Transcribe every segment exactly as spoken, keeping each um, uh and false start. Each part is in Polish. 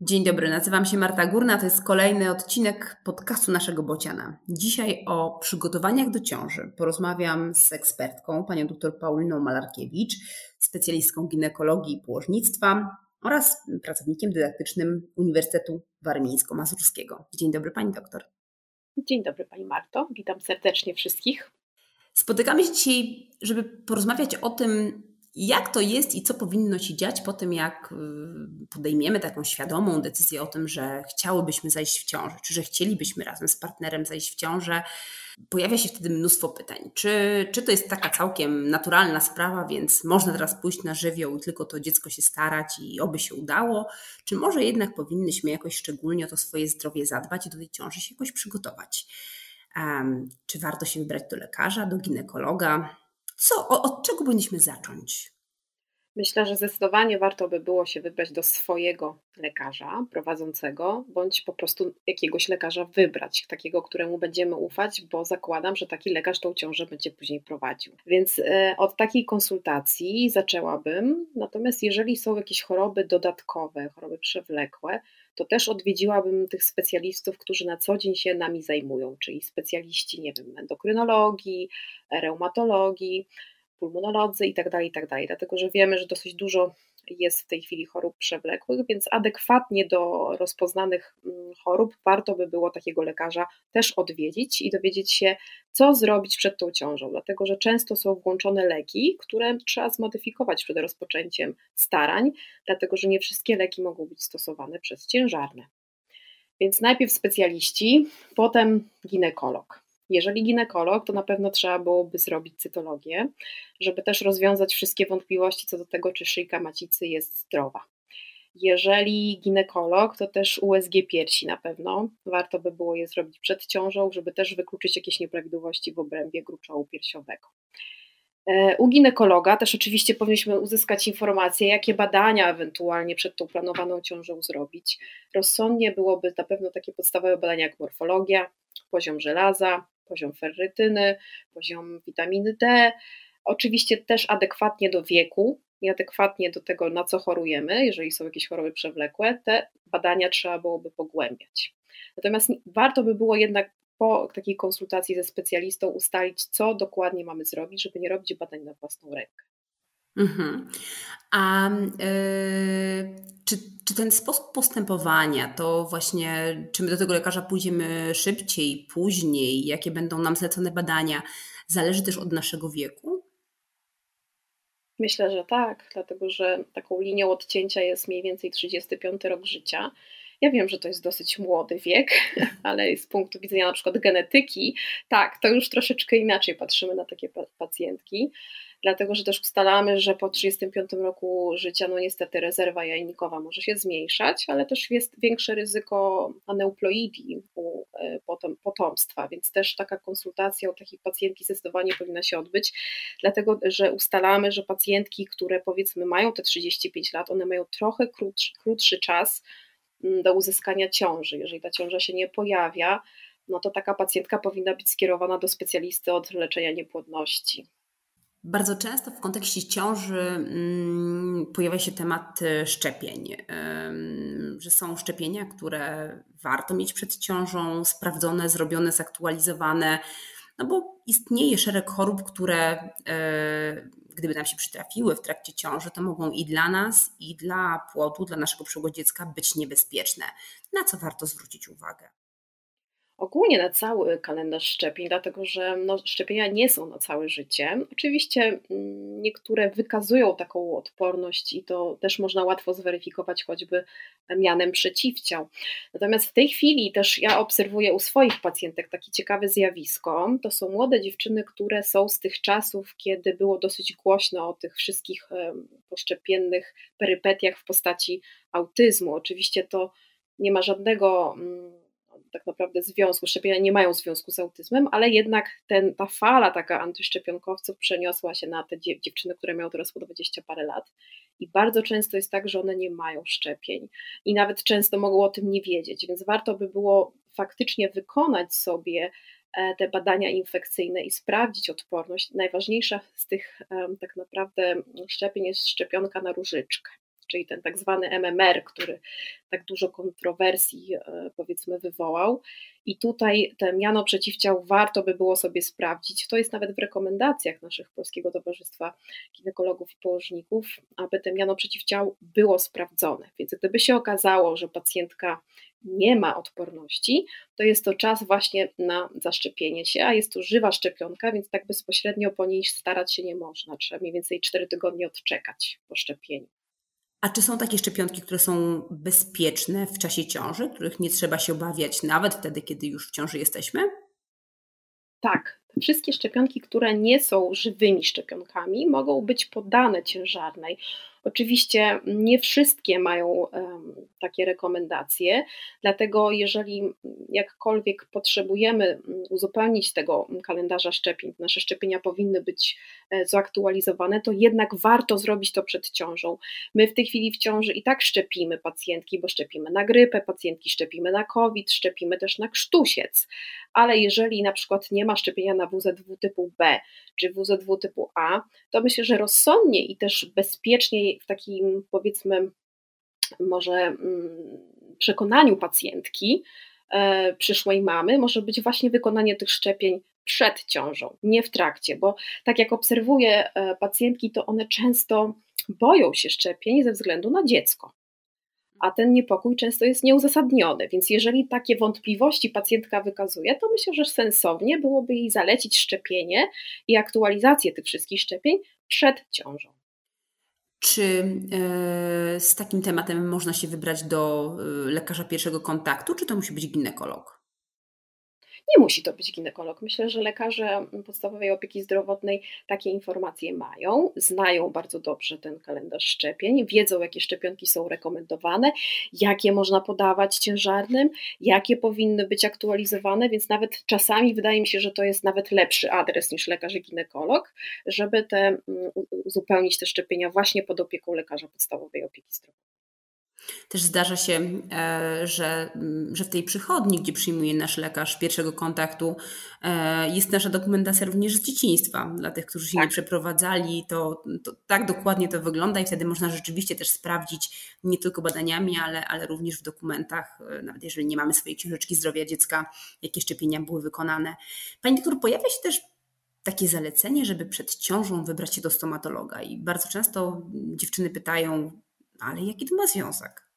Dzień dobry, nazywam się Marta Górna, to jest kolejny odcinek podcastu naszego Bociana. Dzisiaj o przygotowaniach do ciąży porozmawiam z ekspertką, panią dr Pauliną Malarkiewicz, specjalistką ginekologii i położnictwa oraz pracownikiem dydaktycznym Uniwersytetu Warmińsko-Mazurskiego. Dzień dobry pani doktor. Dzień dobry pani Marto, witam serdecznie wszystkich. Spotykamy się dzisiaj, żeby porozmawiać o tym, jak to jest i co powinno się dziać po tym, jak podejmiemy taką świadomą decyzję o tym, że chciałybyśmy zajść w ciążę, czy że chcielibyśmy razem z partnerem zajść w ciążę. Pojawia się wtedy mnóstwo pytań. Czy, czy to jest taka całkiem naturalna sprawa, więc można teraz pójść na żywioł i tylko to dziecko się starać i oby się udało, czy może jednak powinnyśmy jakoś szczególnie o to swoje zdrowie zadbać i do tej ciąży się jakoś przygotować? Um, czy warto się wybrać do lekarza, do ginekologa? Co, od czego powinniśmy zacząć? Myślę, że zdecydowanie warto by było się wybrać do swojego lekarza prowadzącego, bądź po prostu jakiegoś lekarza wybrać, takiego, któremu będziemy ufać, bo zakładam, że taki lekarz tą ciążę będzie później prowadził. Więc e, od takiej konsultacji zaczęłabym, natomiast jeżeli są jakieś choroby dodatkowe, choroby przewlekłe, to też odwiedziłabym tych specjalistów, którzy na co dzień się nami zajmują, czyli specjaliści, nie wiem, endokrynologii, reumatologii, pulmonolodzy i tak dalej, i tak dalej, dlatego że wiemy, że dosyć dużo jest w tej chwili chorób przewlekłych, więc adekwatnie do rozpoznanych chorób warto by było takiego lekarza też odwiedzić i dowiedzieć się, co zrobić przed tą ciążą, dlatego że często są włączone leki, które trzeba zmodyfikować przed rozpoczęciem starań, dlatego że nie wszystkie leki mogą być stosowane przez ciężarne. Więc najpierw specjaliści, potem ginekolog. Jeżeli ginekolog, to na pewno trzeba byłoby zrobić cytologię, żeby też rozwiązać wszystkie wątpliwości co do tego, czy szyjka macicy jest zdrowa. Jeżeli ginekolog, to też U S G piersi na pewno. Warto by było je zrobić przed ciążą, żeby też wykluczyć jakieś nieprawidłowości w obrębie gruczołu piersiowego. U ginekologa też oczywiście powinniśmy uzyskać informacje, jakie badania ewentualnie przed tą planowaną ciążą zrobić. Rozsądnie byłoby na pewno takie podstawowe badania jak morfologia, poziom żelaza, poziom ferrytyny, poziom witaminy D, oczywiście też adekwatnie do wieku i adekwatnie do tego, na co chorujemy, jeżeli są jakieś choroby przewlekłe, te badania trzeba byłoby pogłębiać. Natomiast warto by było jednak po takiej konsultacji ze specjalistą ustalić, co dokładnie mamy zrobić, żeby nie robić badań na własną rękę. Mhm. A yy, czy, czy ten sposób postępowania, to właśnie, czy my do tego lekarza pójdziemy szybciej, później, jakie będą nam zlecone badania, zależy też od naszego wieku? Myślę, że tak, dlatego że taką linią odcięcia jest mniej więcej trzydziesty piąty rok życia. Ja wiem, że to jest dosyć młody wiek, ale z punktu widzenia na przykład genetyki, tak, to już troszeczkę inaczej patrzymy na takie pacjentki, dlatego że też ustalamy, że po trzydziestym piątym roku życia, no niestety rezerwa jajnikowa może się zmniejszać, ale też jest większe ryzyko aneuploidii u potomstwa, więc też taka konsultacja u takiej pacjentki zdecydowanie powinna się odbyć, dlatego że ustalamy, że pacjentki, które powiedzmy mają te trzydzieści pięć lat, one mają trochę krótszy, krótszy czas do uzyskania ciąży. Jeżeli ta ciąża się nie pojawia, no to taka pacjentka powinna być skierowana do specjalisty od leczenia niepłodności. Bardzo często w kontekście ciąży hmm, pojawia się temat szczepień, hmm, że są szczepienia, które warto mieć przed ciążą, sprawdzone, zrobione, zaktualizowane, no bo istnieje szereg chorób, które e, gdyby nam się przytrafiły w trakcie ciąży, to mogą i dla nas, i dla płodu, dla naszego przyszłego dziecka być niebezpieczne. Na co warto zwrócić uwagę? Ogólnie na cały kalendarz szczepień, dlatego że no, szczepienia nie są na całe życie. Oczywiście niektóre wykazują taką odporność i to też można łatwo zweryfikować choćby mianem przeciwciał. Natomiast w tej chwili też ja obserwuję u swoich pacjentek takie ciekawe zjawisko. To są młode dziewczyny, które są z tych czasów, kiedy było dosyć głośno o tych wszystkich poszczepiennych perypetiach w postaci autyzmu. Oczywiście to nie ma żadnego tak naprawdę związku, szczepienia nie mają związku z autyzmem, ale jednak ten, ta fala taka antyszczepionkowców przeniosła się na te dziewczyny, które miały teraz po dwadzieścia parę lat i bardzo często jest tak, że one nie mają szczepień i nawet często mogą o tym nie wiedzieć, więc warto by było faktycznie wykonać sobie te badania infekcyjne i sprawdzić odporność. Najważniejsza z tych tak naprawdę szczepień jest szczepionka na różyczkę. czyli ten tak zwany M M R, który tak dużo kontrowersji powiedzmy wywołał. I tutaj te miano przeciwciał warto by było sobie sprawdzić. To jest nawet w rekomendacjach naszych Polskiego Towarzystwa Ginekologów i Położników, aby te miano przeciwciał było sprawdzone. Więc gdyby się okazało, że pacjentka nie ma odporności, to jest to czas właśnie na zaszczepienie się, a jest to żywa szczepionka, więc tak bezpośrednio po niej starać się nie można. Trzeba mniej więcej cztery tygodnie odczekać po szczepieniu. A czy są takie szczepionki, które są bezpieczne w czasie ciąży, których nie trzeba się obawiać nawet wtedy, kiedy już w ciąży jesteśmy? Tak, wszystkie szczepionki, które nie są żywymi szczepionkami, mogą być poddane ciężarnej. Oczywiście nie wszystkie mają um, takie rekomendacje, dlatego jeżeli jakkolwiek potrzebujemy uzupełnić tego kalendarza szczepień, nasze szczepienia powinny być zaktualizowane, to jednak warto zrobić to przed ciążą. My w tej chwili w ciąży i tak szczepimy pacjentki, bo szczepimy na grypę, pacjentki szczepimy na COVID, szczepimy też na krztusiec, ale jeżeli na przykład nie ma szczepienia na W Z W typu B czy W Z W typu A, to myślę, że rozsądnie i też bezpiecznie w takim powiedzmy może przekonaniu pacjentki, e, przyszłej mamy, może być właśnie wykonanie tych szczepień przed ciążą, nie w trakcie, bo tak jak obserwuję pacjentki, to one często boją się szczepień ze względu na dziecko, a ten niepokój często jest nieuzasadniony, więc jeżeli takie wątpliwości pacjentka wykazuje, to myślę, że sensownie byłoby jej zalecić szczepienie i aktualizację tych wszystkich szczepień przed ciążą. Czy yy, z takim tematem można się wybrać do yy, lekarza pierwszego kontaktu, czy to musi być ginekolog? Nie musi to być ginekolog. Myślę, że lekarze podstawowej opieki zdrowotnej takie informacje mają, znają bardzo dobrze ten kalendarz szczepień, wiedzą, jakie szczepionki są rekomendowane, jakie można podawać ciężarnym, jakie powinny być aktualizowane, więc nawet czasami wydaje mi się, że to jest nawet lepszy adres niż lekarz i ginekolog, żeby te, uzupełnić te szczepienia właśnie pod opieką lekarza podstawowej opieki zdrowotnej. Też zdarza się, że, że w tej przychodni, gdzie przyjmuje nasz lekarz pierwszego kontaktu, jest nasza dokumentacja również z dzieciństwa. Dla tych, którzy się tak nie przeprowadzali, to, to tak dokładnie to wygląda i wtedy można rzeczywiście też sprawdzić nie tylko badaniami, ale, ale również w dokumentach, nawet jeżeli nie mamy swojej książeczki zdrowia dziecka, jakie szczepienia były wykonane. Pani doktor, pojawia się też takie zalecenie, żeby przed ciążą wybrać się do stomatologa i bardzo często dziewczyny pytają, ale jaki to ma związek?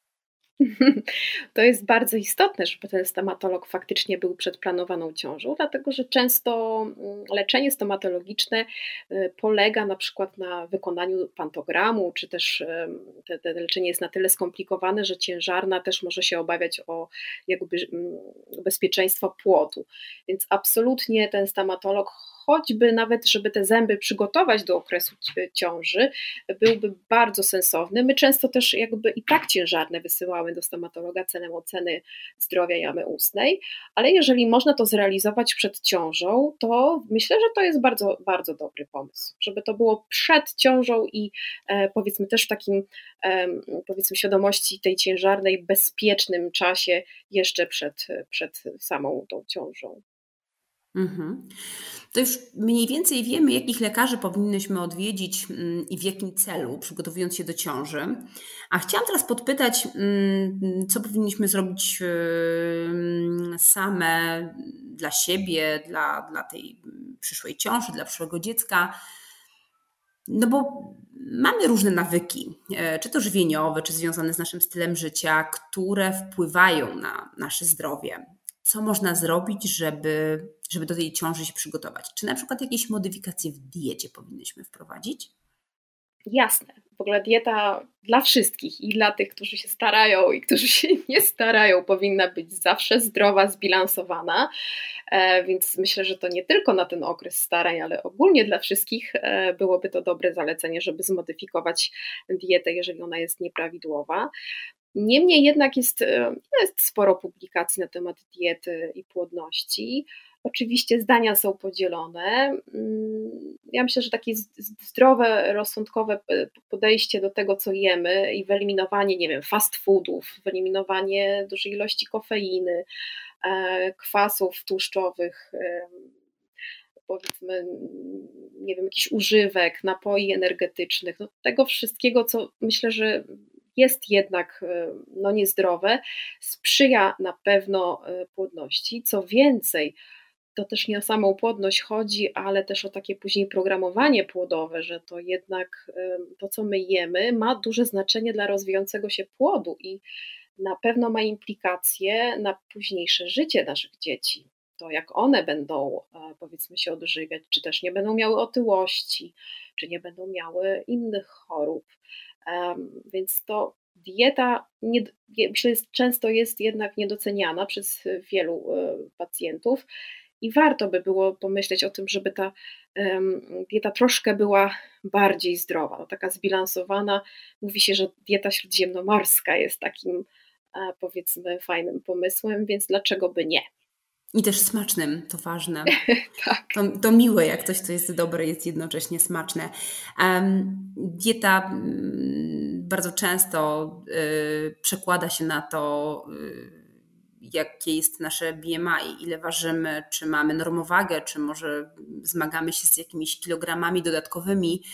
To jest bardzo istotne, żeby ten stomatolog faktycznie był przed planowaną ciążą, dlatego że często leczenie stomatologiczne polega na przykład na wykonaniu pantogramu, czy też te, te leczenie jest na tyle skomplikowane, że ciężarna też może się obawiać o jakby bezpieczeństwo płodu. Więc absolutnie ten stomatolog, choćby nawet, żeby te zęby przygotować do okresu ciąży, byłby bardzo sensowny. My często też jakby i tak ciężarne wysyłamy do stomatologa celem oceny zdrowia jamy ustnej, ale jeżeli można to zrealizować przed ciążą, to myślę, że to jest bardzo, bardzo dobry pomysł, żeby to było przed ciążą i e, powiedzmy też w takim e, powiedzmy świadomości tej ciężarnej bezpiecznym czasie jeszcze przed, przed samą tą ciążą. Mhm. To już mniej więcej wiemy, jakich lekarzy powinnyśmy odwiedzić i w jakim celu, przygotowując się do ciąży. A chciałam teraz podpytać, co powinniśmy zrobić same dla siebie, dla, dla tej przyszłej ciąży, dla przyszłego dziecka. No bo mamy różne nawyki, czy to żywieniowe, czy związane z naszym stylem życia, które wpływają na nasze zdrowie. Co można zrobić, żeby, żeby do tej ciąży się przygotować? Czy na przykład jakieś modyfikacje w diecie powinnyśmy wprowadzić? Jasne. W ogóle dieta dla wszystkich i dla tych, którzy się starają i którzy się nie starają, powinna być zawsze zdrowa, zbilansowana, e, więc myślę, że to nie tylko na ten okres starań, ale ogólnie dla wszystkich e, byłoby to dobre zalecenie, żeby zmodyfikować dietę, jeżeli ona jest nieprawidłowa. Niemniej jednak jest, jest sporo publikacji na temat diety i płodności. Oczywiście zdania są podzielone. Ja myślę, że takie zdrowe, rozsądkowe podejście do tego, co jemy i wyeliminowanie, nie wiem, fast foodów, wyeliminowanie dużej ilości kofeiny, kwasów tłuszczowych, powiedzmy, nie wiem, jakichś używek, napoi energetycznych, no tego wszystkiego, co myślę, że jest jednak no, niezdrowe, sprzyja na pewno płodności. Co więcej, to też nie o samą płodność chodzi, ale też o takie później programowanie płodowe, że to jednak to, co my jemy, ma duże znaczenie dla rozwijającego się płodu i na pewno ma implikacje na późniejsze życie naszych dzieci. To jak one będą, powiedzmy, się odżywiać, czy też nie będą miały otyłości, czy nie będą miały innych chorób. Więc to dieta, nie, myślę, jest, często jest jednak niedoceniana przez wielu pacjentów i warto by było pomyśleć o tym, żeby ta dieta troszkę była bardziej zdrowa, no, taka zbilansowana. Mówi się, że dieta śródziemnomorska jest takim, powiedzmy, fajnym pomysłem, więc dlaczego by nie? I też smacznym, to ważne. Tak. To, to miłe, jak coś, co jest dobre, jest jednocześnie smaczne. Um, dieta um, bardzo często y, przekłada się na to, y, jakie jest nasze B M I, ile ważymy, czy mamy normowagę, czy może zmagamy się z jakimiś kilogramami dodatkowymi,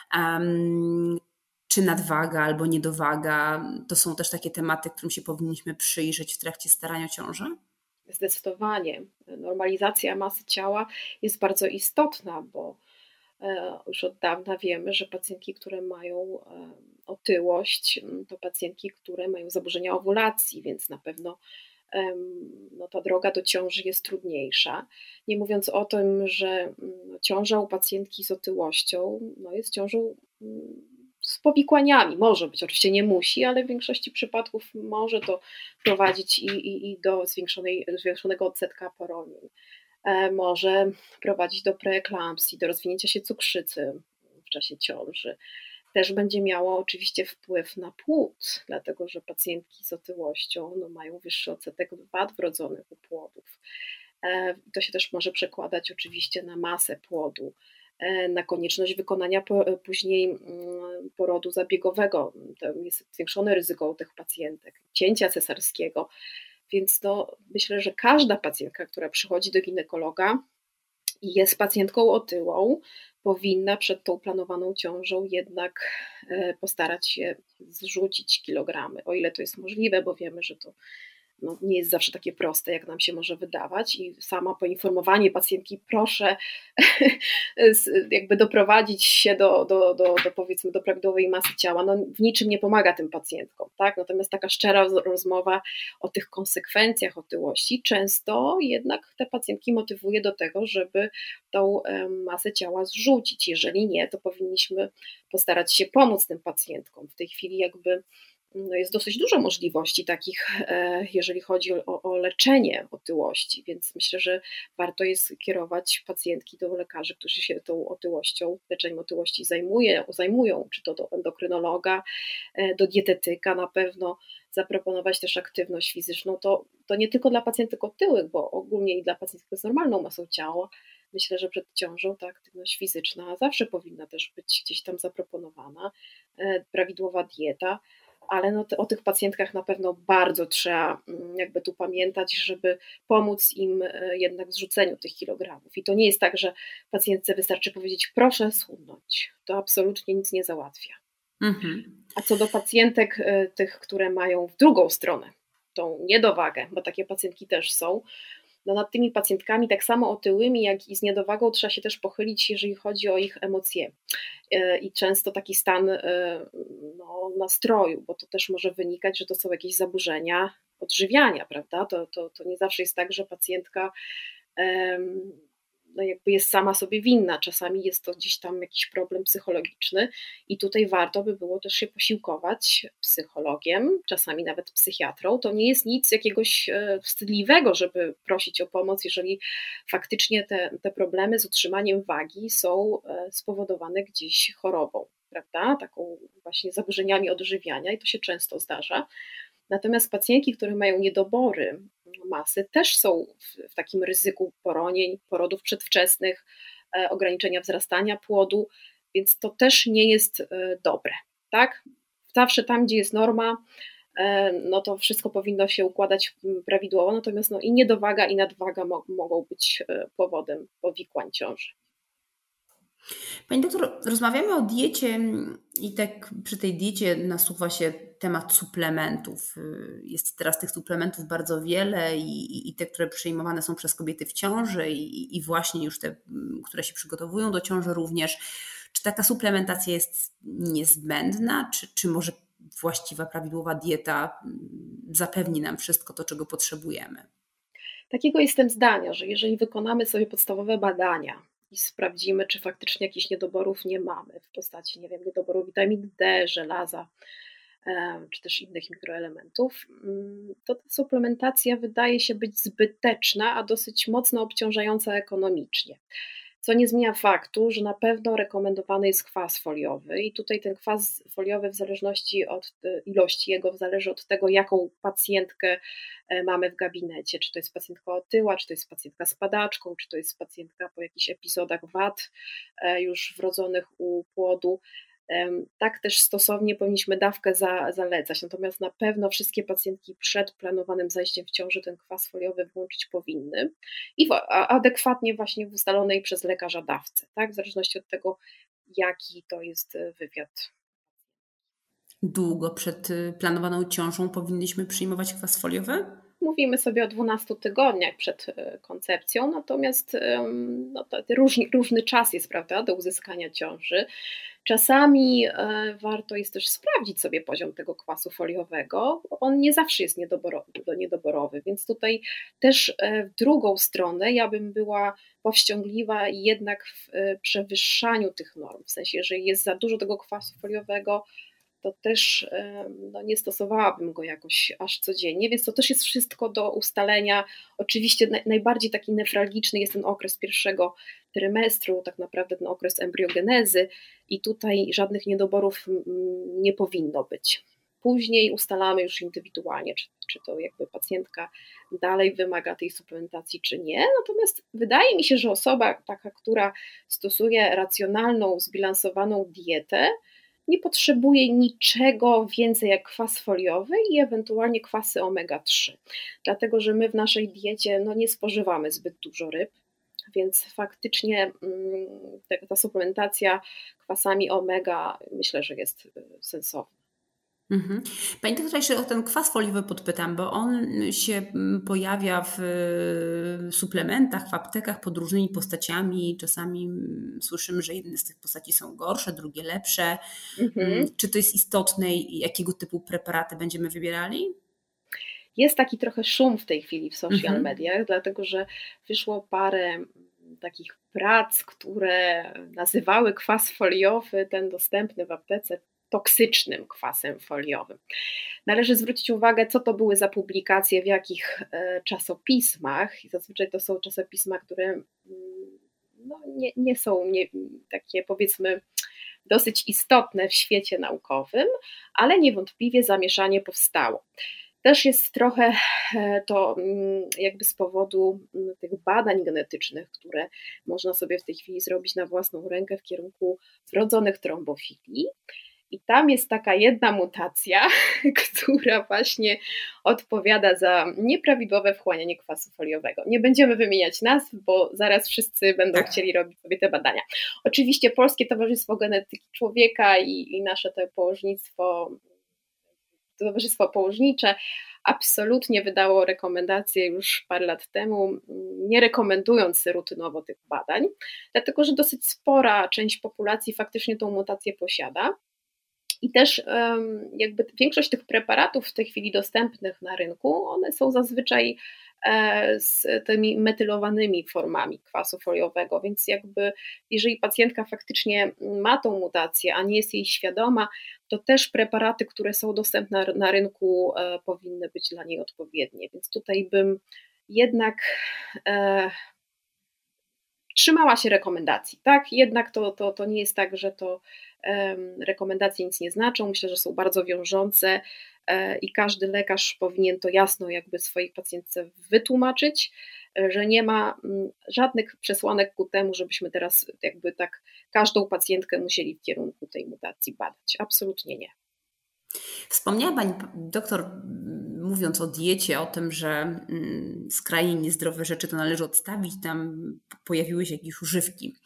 um, czy nadwaga albo niedowaga. To są też takie tematy, którym się powinniśmy przyjrzeć w trakcie starania o ciążę? Zdecydowanie. Normalizacja masy ciała jest bardzo istotna, bo już od dawna wiemy, że pacjentki, które mają otyłość, to pacjentki, które mają zaburzenia owulacji, więc na pewno no, ta droga do ciąży jest trudniejsza. Nie mówiąc o tym, że ciąża u pacjentki z otyłością no, jest ciążą z powikłaniami. Może być, oczywiście nie musi, ale w większości przypadków może to prowadzić i, i, i do zwiększonej, zwiększonego odsetka poronień. E, może prowadzić do preeklampsji, do rozwinięcia się cukrzycy w czasie ciąży. Też będzie miało oczywiście wpływ na płód, dlatego że pacjentki z otyłością no, mają wyższy odsetek wad wrodzonych u płodów. E, to się też może przekładać oczywiście na masę płodu, na konieczność wykonania po, później porodu zabiegowego. To jest zwiększone ryzyko u tych pacjentek, cięcia cesarskiego. Więc to myślę, że każda pacjentka, która przychodzi do ginekologa i jest pacjentką otyłą, powinna przed tą planowaną ciążą jednak postarać się zrzucić kilogramy, o ile to jest możliwe, bo wiemy, że to no, nie jest zawsze takie proste, jak nam się może wydawać i sama poinformowanie pacjentki, proszę jakby doprowadzić się do, do, do, do powiedzmy do prawidłowej masy ciała, no w niczym nie pomaga tym pacjentkom, tak? Natomiast taka szczera rozmowa o tych konsekwencjach otyłości często jednak te pacjentki motywuje do tego, żeby tą masę ciała zrzucić. Jeżeli nie, to powinniśmy postarać się pomóc tym pacjentkom. W tej chwili jakby no jest dosyć dużo możliwości takich, jeżeli chodzi o, o leczenie otyłości, więc myślę, że warto jest kierować pacjentki do lekarzy, którzy się tą otyłością, leczeniem otyłości zajmuje, zajmują, czy to do endokrynologa, do dietetyka na pewno, zaproponować też aktywność fizyczną. To, to nie tylko dla pacjentek otyłych, bo ogólnie i dla pacjentek z normalną masą ciała. Myślę, że przed ciążą ta aktywność fizyczna zawsze powinna też być gdzieś tam zaproponowana, prawidłowa dieta, ale no te, o tych pacjentkach na pewno bardzo trzeba jakby tu pamiętać, żeby pomóc im jednak w zrzuceniu tych kilogramów. I to nie jest tak, że pacjentce wystarczy powiedzieć, proszę schudnąć. To absolutnie nic nie załatwia. Mhm. A co do pacjentek tych, które mają w drugą stronę tą niedowagę, bo takie pacjentki też są, no nad tymi pacjentkami tak samo otyłymi, jak i z niedowagą trzeba się też pochylić, jeżeli chodzi o ich emocje i często taki stan no, nastroju, bo to też może wynikać, że to są jakieś zaburzenia odżywiania, prawda? To, to, to nie zawsze jest tak, że pacjentka no jakby jest sama sobie winna, czasami jest to gdzieś tam jakiś problem psychologiczny i tutaj warto by było też się posiłkować psychologiem, czasami nawet psychiatrą. To nie jest nic jakiegoś wstydliwego, żeby prosić o pomoc, jeżeli faktycznie te, te problemy z utrzymaniem wagi są spowodowane gdzieś chorobą, prawda? Taką właśnie zaburzeniami odżywiania i to się często zdarza. Natomiast pacjentki, które mają niedobory masy, też są w, w takim ryzyku poronień, porodów przedwczesnych, e, ograniczenia wzrastania płodu, więc to też nie jest e, dobre, tak? Zawsze tam, gdzie jest norma, e, no to wszystko powinno się układać prawidłowo, natomiast no i niedowaga i nadwaga mo- mogą być e, powodem powikłań ciąży. Pani doktor, rozmawiamy o diecie i tak przy tej diecie nasuwa się temat suplementów. Jest teraz tych suplementów bardzo wiele i, i te, które przyjmowane są przez kobiety w ciąży i, i właśnie już te, które się przygotowują do ciąży również. Czy taka suplementacja jest niezbędna, czy, czy może właściwa, prawidłowa dieta zapewni nam wszystko to, czego potrzebujemy? Takiego jestem zdania, że jeżeli wykonamy sobie podstawowe badania i sprawdzimy, czy faktycznie jakichś niedoborów nie mamy w postaci, nie wiem, niedoboru witaminy D, żelaza, em, czy też innych mikroelementów, mm, to ta suplementacja wydaje się być zbyteczna, a dosyć mocno obciążająca ekonomicznie. Co nie zmienia faktu, że na pewno rekomendowany jest kwas foliowy i tutaj ten kwas foliowy w zależności od e, ilości jego, zależy od tego, jaką pacjentkę e, mamy w gabinecie, czy to jest pacjentka otyła, czy to jest pacjentka z padaczką, czy to jest pacjentka po jakichś epizodach wad e, już wrodzonych u płodu. Em, Tak też stosownie powinniśmy dawkę za, zalecać, natomiast na pewno wszystkie pacjentki przed planowanym zajściem w ciąży ten kwas foliowy włączyć powinny i w, a, adekwatnie właśnie w ustalonej przez lekarza dawce, tak? W zależności od tego, jaki to jest e, wywiad. Długo przed y, planowaną ciążą powinniśmy przyjmować kwas foliowy? Mówimy sobie o dwunastu tygodniach przed e, koncepcją, natomiast em, no to różni, różny czas jest, prawda, do uzyskania ciąży. Czasami e, warto jest też sprawdzić sobie poziom tego kwasu foliowego, bo on nie zawsze jest niedoboro, niedoborowy, więc tutaj też e, w drugą stronę ja bym była powściągliwa jednak w e, przewyższaniu tych norm, w sensie, jeżeli jest za dużo tego kwasu foliowego, to też e, no, nie stosowałabym go jakoś aż codziennie, więc to też jest wszystko do ustalenia. Oczywiście naj, najbardziej taki newralgiczny jest ten okres pierwszego trymestru, tak naprawdę ten okres embriogenezy i tutaj żadnych niedoborów mm, nie powinno być. Później ustalamy już indywidualnie, czy, czy to jakby pacjentka dalej wymaga tej suplementacji, czy nie. Natomiast wydaje mi się, że osoba taka, która stosuje racjonalną, zbilansowaną dietę, nie potrzebuje niczego więcej jak kwas foliowy i ewentualnie kwasy omega trzy. Dlatego, że my w naszej diecie no, nie spożywamy zbyt dużo ryb, więc faktycznie mm, ta suplementacja kwasami omega myślę, że jest sensowna. Mhm. Pani doktor, jeszcze o ten kwas foliowy podpytam, bo on się pojawia w suplementach, w aptekach pod różnymi postaciami. Czasami słyszymy, że jedne z tych postaci są gorsze, drugie lepsze. Mhm. Czy to jest istotne i jakiego typu preparaty będziemy wybierali? Jest taki trochę szum w tej chwili w social Mhm. mediach, dlatego że wyszło parę takich prac, które nazywały kwas foliowy, ten dostępny w aptece, toksycznym kwasem foliowym. Należy zwrócić uwagę, co to były za publikacje, w jakich e, czasopismach. I zazwyczaj to są czasopisma, które mm, no, nie, nie są nie, takie, powiedzmy, dosyć istotne w świecie naukowym, ale niewątpliwie zamieszanie powstało. Też jest trochę to jakby z powodu tych badań genetycznych, które można sobie w tej chwili zrobić na własną rękę w kierunku wrodzonych trombofilii. I tam jest taka jedna mutacja, która właśnie odpowiada za nieprawidłowe wchłanianie kwasu foliowego. Nie będziemy wymieniać nazw, bo zaraz wszyscy będą Tak. chcieli robić sobie te badania. Oczywiście Polskie Towarzystwo Genetyki Człowieka i, i nasze to położnictwo, Towarzystwo Położnicze absolutnie wydało rekomendacje już parę lat temu, nie rekomendując rutynowo tych badań, dlatego że dosyć spora część populacji faktycznie tą mutację posiada. I też jakby większość tych preparatów w tej chwili dostępnych na rynku, one są zazwyczaj z tymi metylowanymi formami kwasu foliowego, więc jakby jeżeli pacjentka faktycznie ma tą mutację, a nie jest jej świadoma, to też preparaty, które są dostępne na rynku, powinny być dla niej odpowiednie. Więc tutaj bym jednak e, trzymała się rekomendacji, tak? Jednak to, to, to nie jest tak, że to um, rekomendacje nic nie znaczą. Myślę, że są bardzo wiążące e, i każdy lekarz powinien to jasno jakby swojej pacjentce wytłumaczyć, e, że nie ma m, żadnych przesłanek ku temu, żebyśmy teraz jakby tak każdą pacjentkę musieli w kierunku tej mutacji badać. Absolutnie nie. Wspomniała Pani doktor, mówiąc o diecie, o tym, że skrajnie niezdrowe rzeczy to należy odstawić, tam pojawiły się jakieś używki.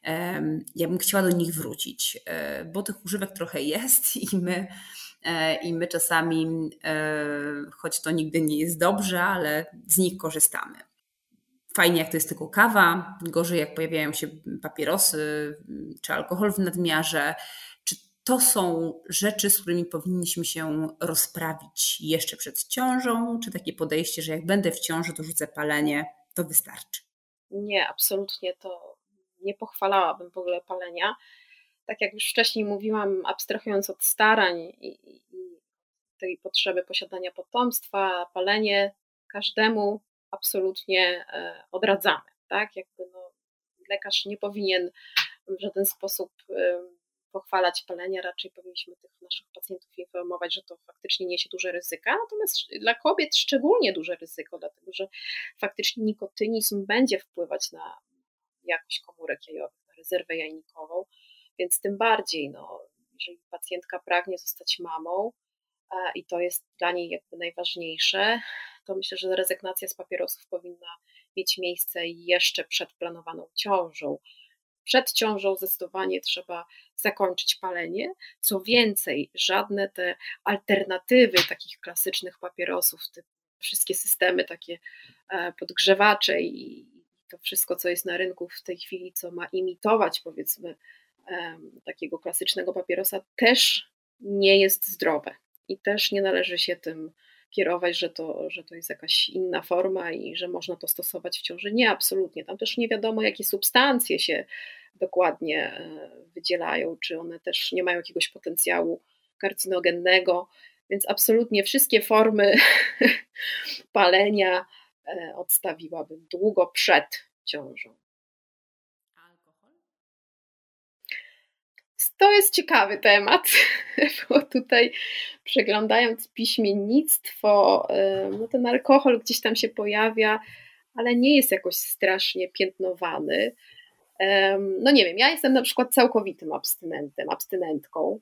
Ja bym chciała do nich wrócić, bo tych używek trochę jest i my, i my czasami, choć to nigdy nie jest dobrze, ale z nich korzystamy. Fajnie, jak to jest tylko kawa, gorzej jak pojawiają się papierosy czy alkohol w nadmiarze. Czy to są rzeczy, z którymi powinniśmy się rozprawić jeszcze przed ciążą? Czy takie podejście, że jak będę w ciąży, to rzucę palenie, to wystarczy? Nie, absolutnie to nie pochwalałabym w ogóle palenia. Tak jak już wcześniej mówiłam, abstrahując od starań i, i tej potrzeby posiadania potomstwa, palenie każdemu absolutnie odradzamy. Tak? Jakby no, lekarz nie powinien w żaden sposób pochwalać palenia, raczej powinniśmy tych naszych pacjentów informować, że to faktycznie niesie duże ryzyka, natomiast dla kobiet szczególnie duże ryzyko, dlatego że faktycznie nikotynizm będzie wpływać na jakość komórek jajowych, na rezerwę jajnikową, więc tym bardziej, no, jeżeli pacjentka pragnie zostać mamą i to jest dla niej jakby najważniejsze, to myślę, że rezygnacja z papierosów powinna mieć miejsce jeszcze przed planowaną ciążą. Przed ciążą zdecydowanie trzeba zakończyć palenie. Co więcej, żadne te alternatywy takich klasycznych papierosów, typu wszystkie systemy takie podgrzewacze i to wszystko, co jest na rynku w tej chwili, co ma imitować, powiedzmy, takiego klasycznego papierosa, też nie jest zdrowe i też nie należy się tym kierować, że to, że to jest jakaś inna forma i że można to stosować w ciąży. Nie, absolutnie. Tam też nie wiadomo, jakie substancje się dokładnie wydzielają, czy one też nie mają jakiegoś potencjału karcinogennego, więc absolutnie wszystkie formy palenia odstawiłabym długo przed ciążą. Alkohol? To jest ciekawy temat, bo tutaj przeglądając piśmiennictwo, no ten alkohol gdzieś tam się pojawia, ale nie jest jakoś strasznie piętnowany. No nie wiem, ja jestem na przykład całkowitym abstynentem, abstynentką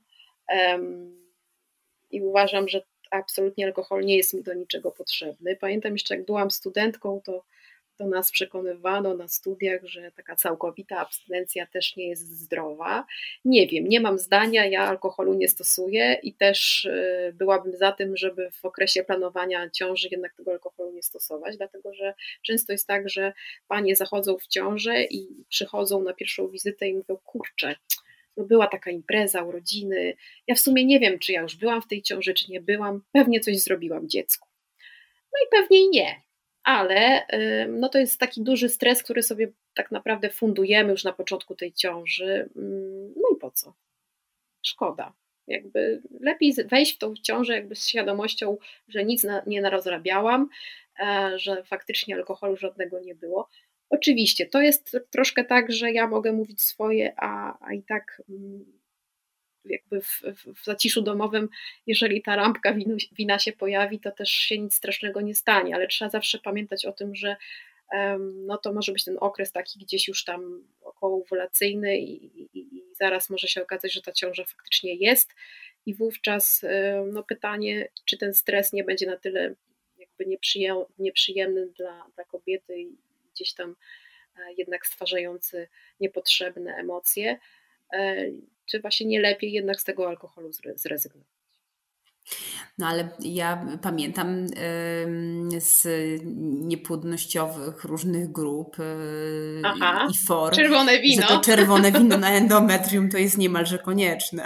i uważam, że absolutnie alkohol nie jest mi do niczego potrzebny. Pamiętam jeszcze, jak byłam studentką, to, to nas przekonywano na studiach, że taka całkowita abstynencja też nie jest zdrowa. Nie wiem, nie mam zdania, ja alkoholu nie stosuję i też byłabym za tym, żeby w okresie planowania ciąży jednak tego alkoholu nie stosować, dlatego że często jest tak, że panie zachodzą w ciążę i przychodzą na pierwszą wizytę i mówią, kurczę, no była taka impreza, urodziny, ja w sumie nie wiem, czy ja już byłam w tej ciąży, czy nie byłam, pewnie coś zrobiłam dziecku. No i pewnie i nie, ale no to jest taki duży stres, który sobie tak naprawdę fundujemy już na początku tej ciąży, no i po co? Szkoda. Jakby lepiej wejść w tą ciążę jakby z świadomością, że nic na, nie narozrabiałam, że faktycznie alkoholu żadnego nie było. Oczywiście, to jest troszkę tak, że ja mogę mówić swoje, a, a i tak jakby w, w zaciszu domowym, jeżeli ta lampka winu, wina się pojawi, to też się nic strasznego nie stanie, ale trzeba zawsze pamiętać o tym, że um, no to może być ten okres taki gdzieś już tam okołoowulacyjny i, i, i zaraz może się okazać, że ta ciąża faktycznie jest i wówczas no pytanie, czy ten stres nie będzie na tyle jakby nieprzyjem, nieprzyjemny dla, dla kobiety i gdzieś tam jednak stwarzający niepotrzebne emocje, czy właśnie nie lepiej jednak z tego alkoholu zrezygnować. No ale ja pamiętam z niepłodnościowych różnych grup Aha, i for, czerwone wino. że to czerwone wino na endometrium to jest niemalże konieczne.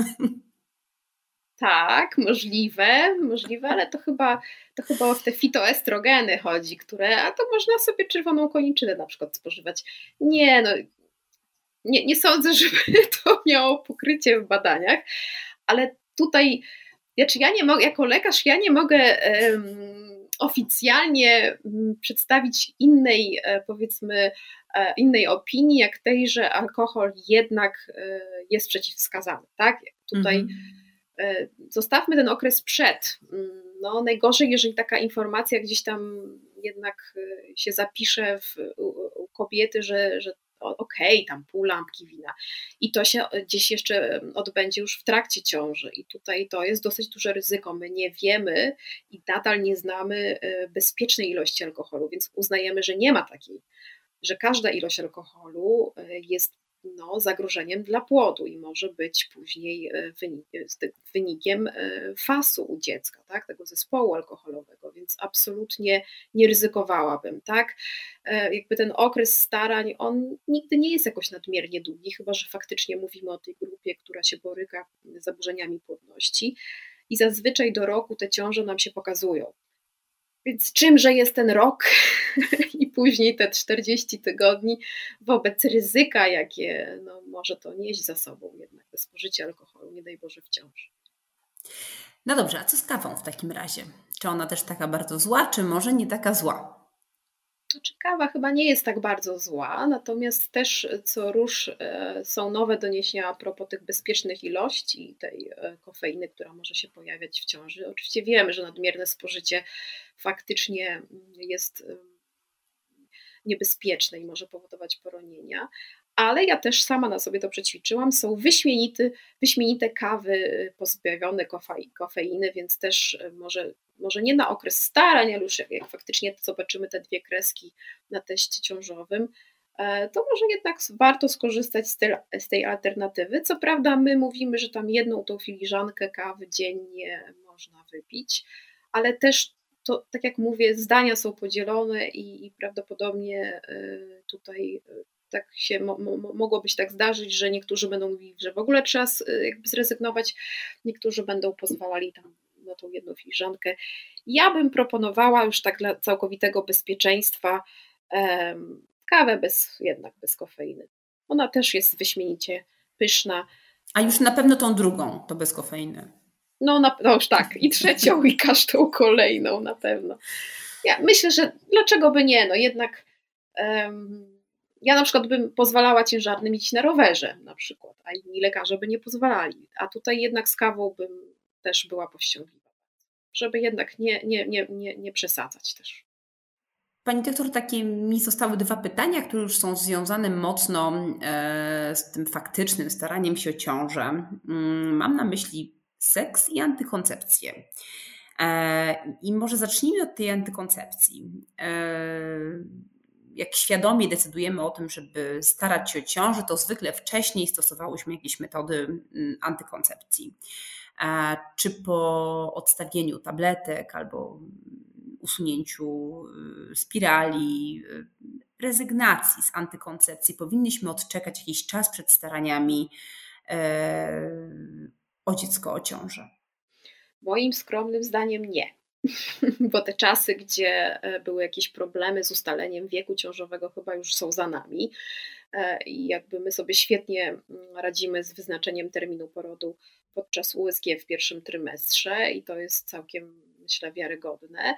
Tak, możliwe, możliwe, ale to chyba, to chyba o te fitoestrogeny chodzi, które, a to można sobie czerwoną koniczynę na przykład spożywać. Nie, no, nie, nie sądzę, żeby to miało pokrycie w badaniach, ale tutaj, znaczy ja nie mogę, jako lekarz ja nie mogę um, oficjalnie um, przedstawić innej, e, powiedzmy, e, innej opinii, jak tej, że alkohol jednak e, jest przeciwwskazany, tak? Tutaj mhm. Zostawmy ten okres przed. No, najgorzej, jeżeli taka informacja gdzieś tam jednak się zapisze w, u, u kobiety, że, że okej, okay, tam pół lampki wina i to się gdzieś jeszcze odbędzie już w trakcie ciąży i tutaj to jest dosyć duże ryzyko. My nie wiemy i nadal nie znamy bezpiecznej ilości alkoholu, więc uznajemy, że nie ma takiej, że każda ilość alkoholu jest no, zagrożeniem dla płodu i może być później wynikiem fasu u dziecka, tak, tego zespołu alkoholowego, więc absolutnie nie ryzykowałabym, tak. Jakby ten okres starań, on nigdy nie jest jakoś nadmiernie długi, chyba że faktycznie mówimy o tej grupie, która się boryka z zaburzeniami płodności i zazwyczaj do roku te ciąże nam się pokazują. Więc czymże jest ten rok i później te czterdzieści tygodni wobec ryzyka, jakie no, może to nieść za sobą jednak to spożycie alkoholu, nie daj Boże w ciąży. No dobrze, a co z kawą w takim razie? Czy ona też taka bardzo zła, czy może nie taka zła? Znaczy, kawa chyba nie jest tak bardzo zła, natomiast też co rusz są nowe doniesienia a propos tych bezpiecznych ilości tej kofeiny, która może się pojawiać w ciąży. Oczywiście wiemy, że nadmierne spożycie faktycznie jest niebezpieczne i może powodować poronienia, ale ja też sama na sobie to przećwiczyłam. Są wyśmienite, wyśmienite kawy pozbawione kofeiny, więc też może, może nie na okres starań, ale już jak, jak faktycznie zobaczymy te dwie kreski na teście ciążowym, to może jednak warto skorzystać z tej, z tej alternatywy. Co prawda my mówimy, że tam jedną tą filiżankę kawy dziennie można wypić, ale też to, tak jak mówię, zdania są podzielone i, i prawdopodobnie tutaj tak się mo, mo, mogło być tak zdarzyć, że niektórzy będą mówili, że w ogóle trzeba jakby zrezygnować, niektórzy będą pozwalali tam na tą jedną filiżankę. Ja bym proponowała już tak dla całkowitego bezpieczeństwa um, kawę bez, jednak bez kofeiny. Ona też jest wyśmienicie pyszna. A już na pewno tą drugą, to bez kofeiny. No, na, no już tak, i trzecią, i każdą kolejną na pewno. Ja myślę, że dlaczego by nie, no jednak um, ja na przykład bym pozwalała ciężarnym iść na rowerze na przykład, a inni lekarze by nie pozwalali, a tutaj jednak z kawą bym też była powściągliwa, żeby jednak nie, nie, nie, nie, nie przesadzać też. Pani doktor, takie mi zostały dwa pytania, które już są związane mocno e, z tym faktycznym staraniem się o ciążę. Mm, mam na myśli seks i antykoncepcję. E, I może zacznijmy od tej antykoncepcji. E, jak świadomie decydujemy o tym, żeby starać się o ciążę, to zwykle wcześniej stosowałyśmy jakieś metody antykoncepcji. E, czy po odstawieniu tabletek albo usunięciu spirali, rezygnacji z antykoncepcji powinniśmy odczekać jakiś czas przed staraniami o dziecko, o ciążę? Moim skromnym zdaniem nie. Bo te czasy, gdzie były jakieś problemy z ustaleniem wieku ciążowego, chyba już są za nami. I jakby my sobie świetnie radzimy z wyznaczeniem terminu porodu podczas U S G w pierwszym trymestrze i to jest całkiem, myślę, wiarygodne.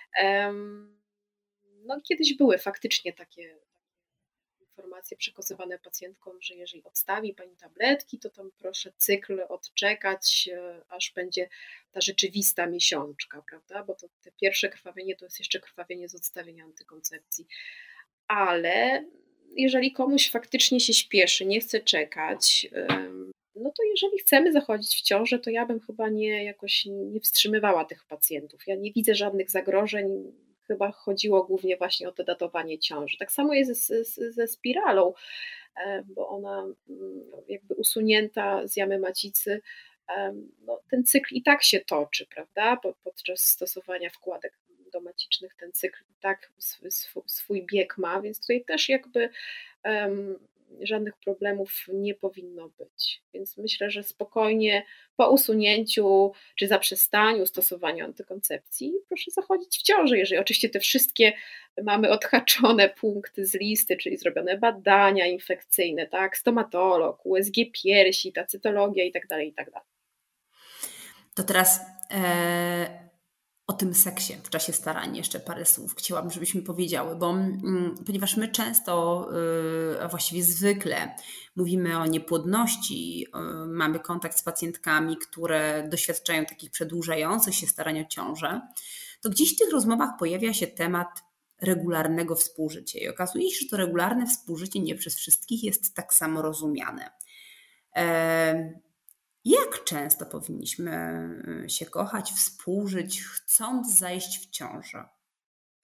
No kiedyś były faktycznie takie informacje przekazywane pacjentkom, że jeżeli odstawi Pani tabletki, to tam proszę cykl odczekać, aż będzie ta rzeczywista miesiączka, prawda? Bo to te pierwsze krwawienie to jest jeszcze krwawienie z odstawienia antykoncepcji. Ale jeżeli komuś faktycznie się śpieszy, nie chce czekać, no to jeżeli chcemy zachodzić w ciążę, to ja bym chyba nie jakoś nie wstrzymywała tych pacjentów. Ja nie widzę żadnych zagrożeń. Chyba chodziło głównie właśnie o to datowanie ciąży. Tak samo jest ze, ze spiralą, bo ona jakby usunięta z jamy macicy, no, ten cykl i tak się toczy, prawda? Podczas stosowania wkładek domacicznych ten cykl i tak swój, swój bieg ma, więc tutaj też jakby um, żadnych problemów nie powinno być. Więc myślę, że spokojnie po usunięciu czy zaprzestaniu stosowania antykoncepcji proszę zachodzić w ciążę, jeżeli oczywiście te wszystkie mamy odhaczone punkty z listy, czyli zrobione badania infekcyjne, tak, stomatolog, U S G piersi, ta cytologia i tak dalej, i tak dalej. To teraz e, o tym seksie w czasie starań jeszcze parę słów chciałabym, żebyśmy powiedziały, bo mm, ponieważ my często, y, a właściwie zwykle mówimy o niepłodności, y, mamy kontakt z pacjentkami, które doświadczają takich przedłużających się starań o ciążę, to gdzieś w tych rozmowach pojawia się temat regularnego współżycia i okazuje się, że to regularne współżycie nie przez wszystkich jest tak samo rozumiane. E, Jak często powinniśmy się kochać, współżyć, chcąc zajść w ciążę?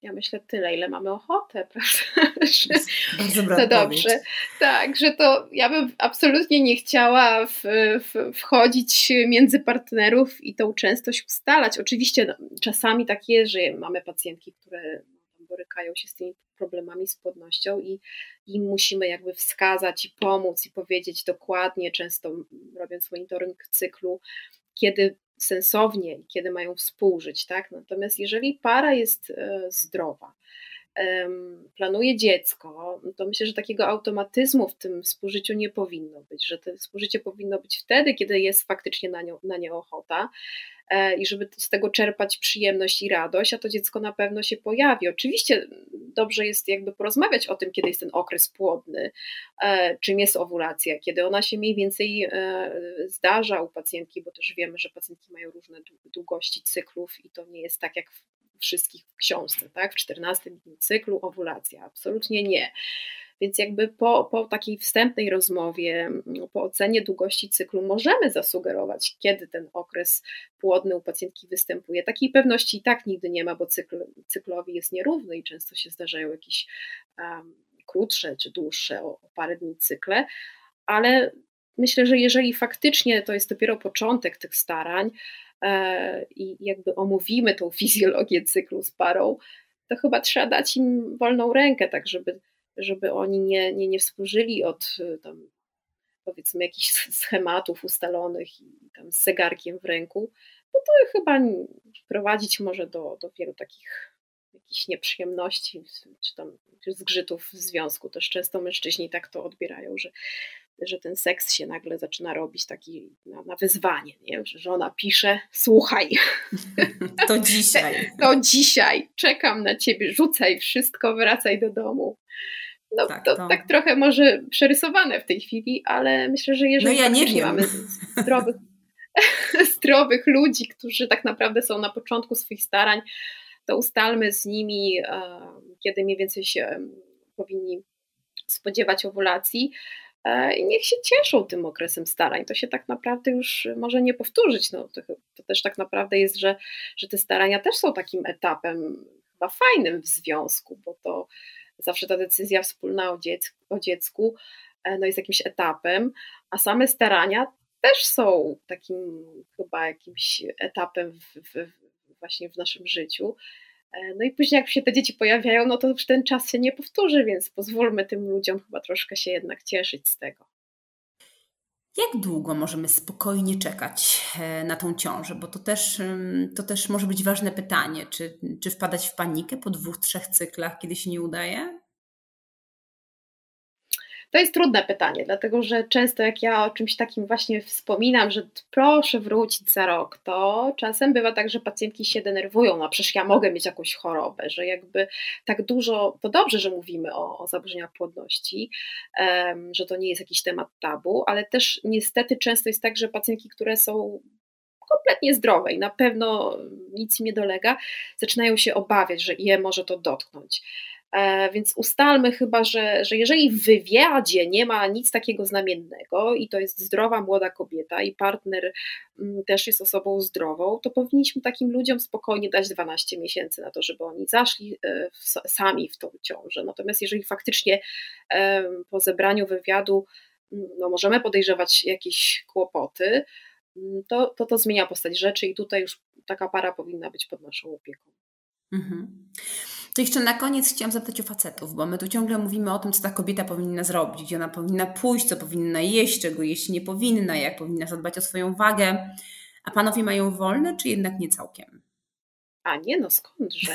Ja myślę tyle, ile mamy ochotę, prawda? Że, Bardzo dobra to odpowiedź. dobrze. Tak, że to ja bym absolutnie nie chciała w, w, wchodzić między partnerów i tą częstość ustalać. Oczywiście no, czasami tak jest, że mamy pacjentki, które borykają się z tymi problemami z płodnością i im musimy jakby wskazać i pomóc i powiedzieć dokładnie, często robiąc monitoring cyklu, kiedy sensownie i kiedy mają współżyć, tak? Natomiast jeżeli para jest e, zdrowa, em, planuje dziecko, to myślę, że takiego automatyzmu w tym współżyciu nie powinno być, że to współżycie powinno być wtedy, kiedy jest faktycznie na nie, na nie ochota e, i żeby z tego czerpać przyjemność i radość, a to dziecko na pewno się pojawi. Oczywiście dobrze jest jakby porozmawiać o tym, kiedy jest ten okres płodny, e, czym jest owulacja, kiedy ona się mniej więcej e, zdarza u pacjentki, bo też wiemy, że pacjentki mają różne długości cyklów i to nie jest tak jak w wszystkich w książce, tak? W czternastym dniu cyklu owulacja, absolutnie nie. Więc jakby po, po takiej wstępnej rozmowie, po ocenie długości cyklu możemy zasugerować, kiedy ten okres płodny u pacjentki występuje. Takiej pewności i tak nigdy nie ma, bo cykl, cyklowi jest nierówny i często się zdarzają jakieś um, krótsze czy dłuższe o, o parę dni cykle, ale myślę, że jeżeli faktycznie to jest dopiero początek tych starań e, i jakby omówimy tą fizjologię cyklu z parą, to chyba trzeba dać im wolną rękę, tak żeby żeby oni nie, nie, nie współżyli od tam, powiedzmy jakichś schematów ustalonych i tam z zegarkiem w ręku, bo to chyba prowadzić może do, do wielu takich jakichś nieprzyjemności czy tam zgrzytów w związku. Też często mężczyźni tak to odbierają, że, że ten seks się nagle zaczyna robić taki na, na wyzwanie, nie? Że żona pisze, słuchaj, to dzisiaj. To dzisiaj, czekam na ciebie, rzucaj wszystko, wracaj do domu. No tak, to, to tak trochę może przerysowane w tej chwili, ale myślę, że jeżeli no ja nie wiem. mamy zdrowych, zdrowych ludzi, którzy tak naprawdę są na początku swoich starań, to ustalmy z nimi, kiedy mniej więcej się powinni spodziewać owulacji i niech się cieszą tym okresem starań. To się tak naprawdę już może nie powtórzyć. No, to, to też tak naprawdę jest, że, że te starania też są takim etapem chyba fajnym w związku, bo to zawsze ta decyzja wspólna o, dziec- o dziecku no jest jakimś etapem, a same starania też są takim chyba jakimś etapem w, w, właśnie w naszym życiu. No i później jak się te dzieci pojawiają, no to już ten czas się nie powtórzy, więc pozwólmy tym ludziom chyba troszkę się jednak cieszyć z tego. Jak długo możemy spokojnie czekać na tą ciążę? Bo to też, to też może być ważne pytanie. Czy, czy wpadać w panikę po dwóch, trzech cyklach, kiedy się nie udaje? To jest trudne pytanie, dlatego że często jak ja o czymś takim właśnie wspominam, że proszę wrócić za rok, to czasem bywa tak, że pacjentki się denerwują, no przecież ja mogę mieć jakąś chorobę, że jakby tak dużo, to dobrze, że mówimy o, o zaburzeniach płodności, um, że to nie jest jakiś temat tabu, ale też niestety często jest tak, że pacjentki, które są kompletnie zdrowe i na pewno nic im nie dolega, zaczynają się obawiać, że je może to dotknąć. Więc ustalmy chyba, że, że jeżeli w wywiadzie nie ma nic takiego znamiennego i to jest zdrowa młoda kobieta i partner też jest osobą zdrową, to powinniśmy takim ludziom spokojnie dać dwanaście miesięcy na to, żeby oni zaszli w, sami w tą ciążę. Natomiast jeżeli faktycznie po zebraniu wywiadu no, możemy podejrzewać jakieś kłopoty, to, to to zmienia postać rzeczy i tutaj już taka para powinna być pod naszą opieką. Mhm. To jeszcze na koniec chciałam zapytać o facetów, bo my tu ciągle mówimy o tym, co ta kobieta powinna zrobić, gdzie ona powinna pójść, co powinna jeść, czego jeść nie powinna, jak powinna zadbać o swoją wagę. A panowie mają wolne, czy jednak nie całkiem? A nie, no skądże?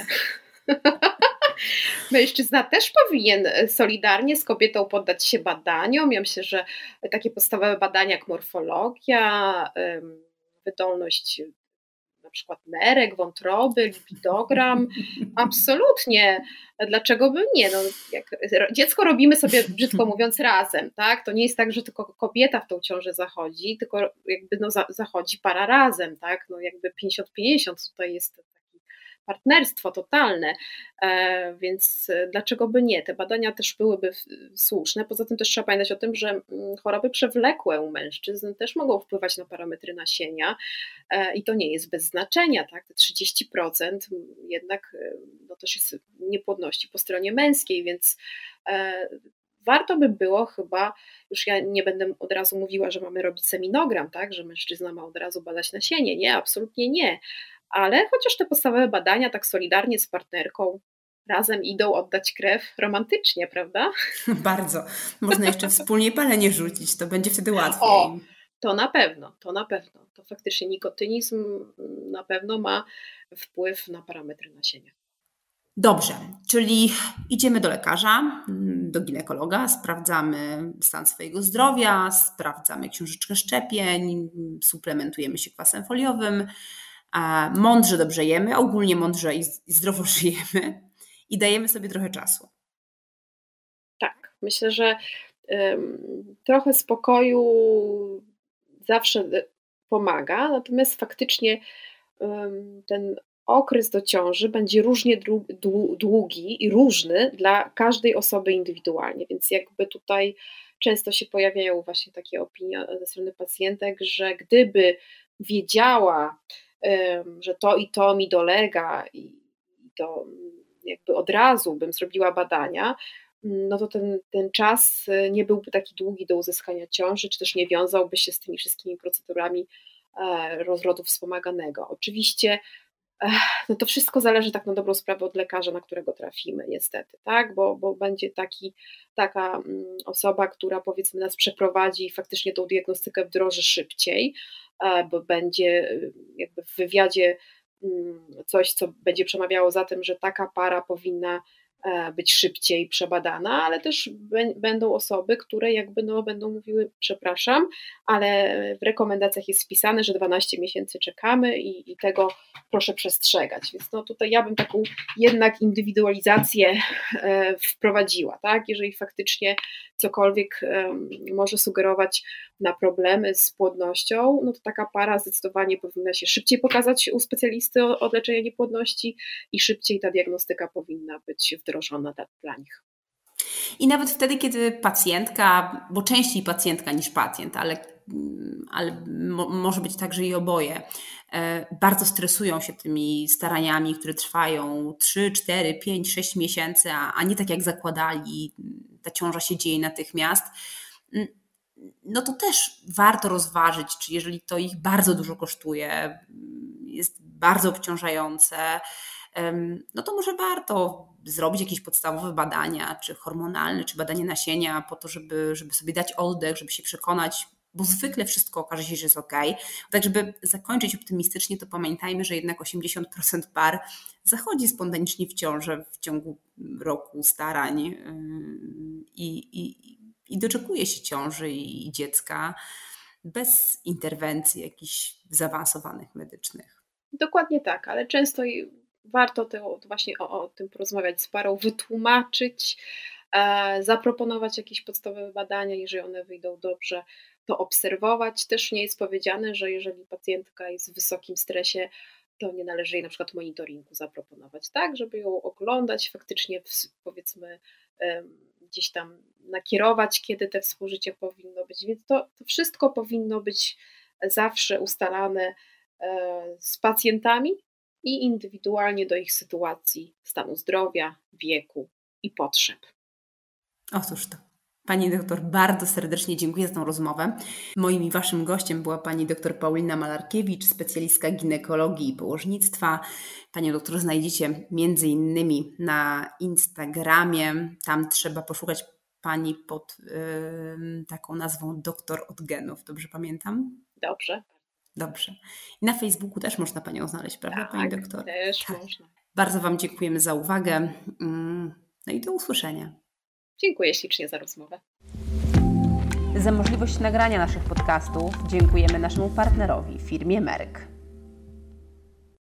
Mężczyzna też powinien solidarnie z kobietą poddać się badaniom. Ja myślę, że takie podstawowe badania jak morfologia, wydolność na przykład nerek, wątroby, lipidogram, absolutnie. Dlaczego by nie? No, jak dziecko robimy sobie, brzydko mówiąc, razem, tak? To nie jest tak, że tylko kobieta w tą ciążę zachodzi, tylko jakby no, za, zachodzi para razem, tak? No jakby pięćdziesiąt pięćdziesiąt tutaj jest taki partnerstwo totalne, więc dlaczego by nie? Te badania też byłyby słuszne. Poza tym też trzeba pamiętać o tym, że choroby przewlekłe u mężczyzn też mogą wpływać na parametry nasienia i to nie jest bez znaczenia, tak? Te trzydzieści procent jednak no, też jest niepłodności po stronie męskiej, więc warto by było chyba, już ja nie będę od razu mówiła, że mamy robić seminogram, tak, że mężczyzna ma od razu badać nasienie, nie, absolutnie nie, ale chociaż te podstawowe badania tak solidarnie z partnerką razem idą oddać krew romantycznie, prawda? Bardzo. Można jeszcze wspólnie palenie rzucić, to będzie wtedy łatwiej. O, to na pewno, to na pewno. To faktycznie nikotynizm na pewno ma wpływ na parametry nasienia. Dobrze, czyli idziemy do lekarza, do ginekologa, sprawdzamy stan swojego zdrowia, sprawdzamy książeczkę szczepień, suplementujemy się kwasem foliowym, mądrze dobrze jemy, ogólnie mądrze i zdrowo żyjemy i dajemy sobie trochę czasu. Tak, myślę, że um, trochę spokoju zawsze pomaga, natomiast faktycznie um, ten okres do ciąży będzie różnie długi i różny dla każdej osoby indywidualnie, więc jakby tutaj często się pojawiają właśnie takie opinie ze strony pacjentek, że gdyby wiedziała, że to i to mi dolega i to jakby od razu bym zrobiła badania, no to ten, ten czas nie byłby taki długi do uzyskania ciąży, czy też nie wiązałby się z tymi wszystkimi procedurami rozrodu wspomaganego. Oczywiście no to wszystko zależy tak na dobrą sprawę od lekarza, na którego trafimy niestety, tak, bo, bo będzie taki, taka osoba, która powiedzmy nas przeprowadzi i faktycznie tą diagnostykę wdroży szybciej, bo będzie jakby w wywiadzie coś, co będzie przemawiało za tym, że taka para powinna być szybciej przebadana, ale też będą osoby, które jakby no będą mówiły, przepraszam, ale w rekomendacjach jest wpisane, że dwanaście miesięcy czekamy i, i tego proszę przestrzegać. Więc no tutaj ja bym taką jednak indywidualizację e, wprowadziła, tak? Jeżeli faktycznie cokolwiek e, może sugerować na problemy z płodnością, no to taka para zdecydowanie powinna się szybciej pokazać u specjalisty od leczenia niepłodności i szybciej ta diagnostyka powinna być wdrożona dla, dla nich. I nawet wtedy, kiedy pacjentka, bo częściej pacjentka niż pacjent, ale, ale mo, może być także i oboje, bardzo stresują się tymi staraniami, które trwają trzy, cztery, pięć, sześć miesięcy, a, a nie tak jak zakładali, ta ciąża się dzieje natychmiast, no to też warto rozważyć, czy jeżeli to ich bardzo dużo kosztuje, jest bardzo obciążające, no to może warto zrobić jakieś podstawowe badania, czy hormonalne, czy badanie nasienia po to, żeby, żeby sobie dać oddech, żeby się przekonać, bo zwykle wszystko okaże się, że jest ok. Tak, żeby zakończyć optymistycznie, to pamiętajmy, że jednak osiemdziesiąt procent par zachodzi spontanicznie w ciążę w ciągu roku starań i, i, i doczekuje się ciąży i, i dziecka bez interwencji jakichś zaawansowanych medycznych. Dokładnie tak, ale często warto to, to właśnie o, o tym porozmawiać z parą, wytłumaczyć, e, zaproponować jakieś podstawowe badania, jeżeli one wyjdą dobrze, to obserwować. Też nie jest powiedziane, że jeżeli pacjentka jest w wysokim stresie, to nie należy jej na przykład monitoringu zaproponować, tak, żeby ją oglądać, faktycznie powiedzmy e, gdzieś tam nakierować, kiedy te współżycie powinno być, więc to, to wszystko powinno być zawsze ustalane e, z pacjentami i indywidualnie do ich sytuacji, stanu zdrowia, wieku i potrzeb. Otóż to. Pani doktor, bardzo serdecznie dziękuję za tą rozmowę. Moim i waszym gościem była pani doktor Paulina Malarkiewicz, specjalistka ginekologii i położnictwa. Panią doktor znajdziecie między innymi na Instagramie. Tam trzeba poszukać pani pod yy, taką nazwą doktor od genów. Dobrze pamiętam? Dobrze. Dobrze. I na Facebooku też można panią znaleźć, prawda, tak, pani doktor? też tak. Można. Bardzo wam dziękujemy za uwagę. No i do usłyszenia. Dziękuję ślicznie za rozmowę. Za możliwość nagrania naszych podcastów dziękujemy naszemu partnerowi, firmie Merck.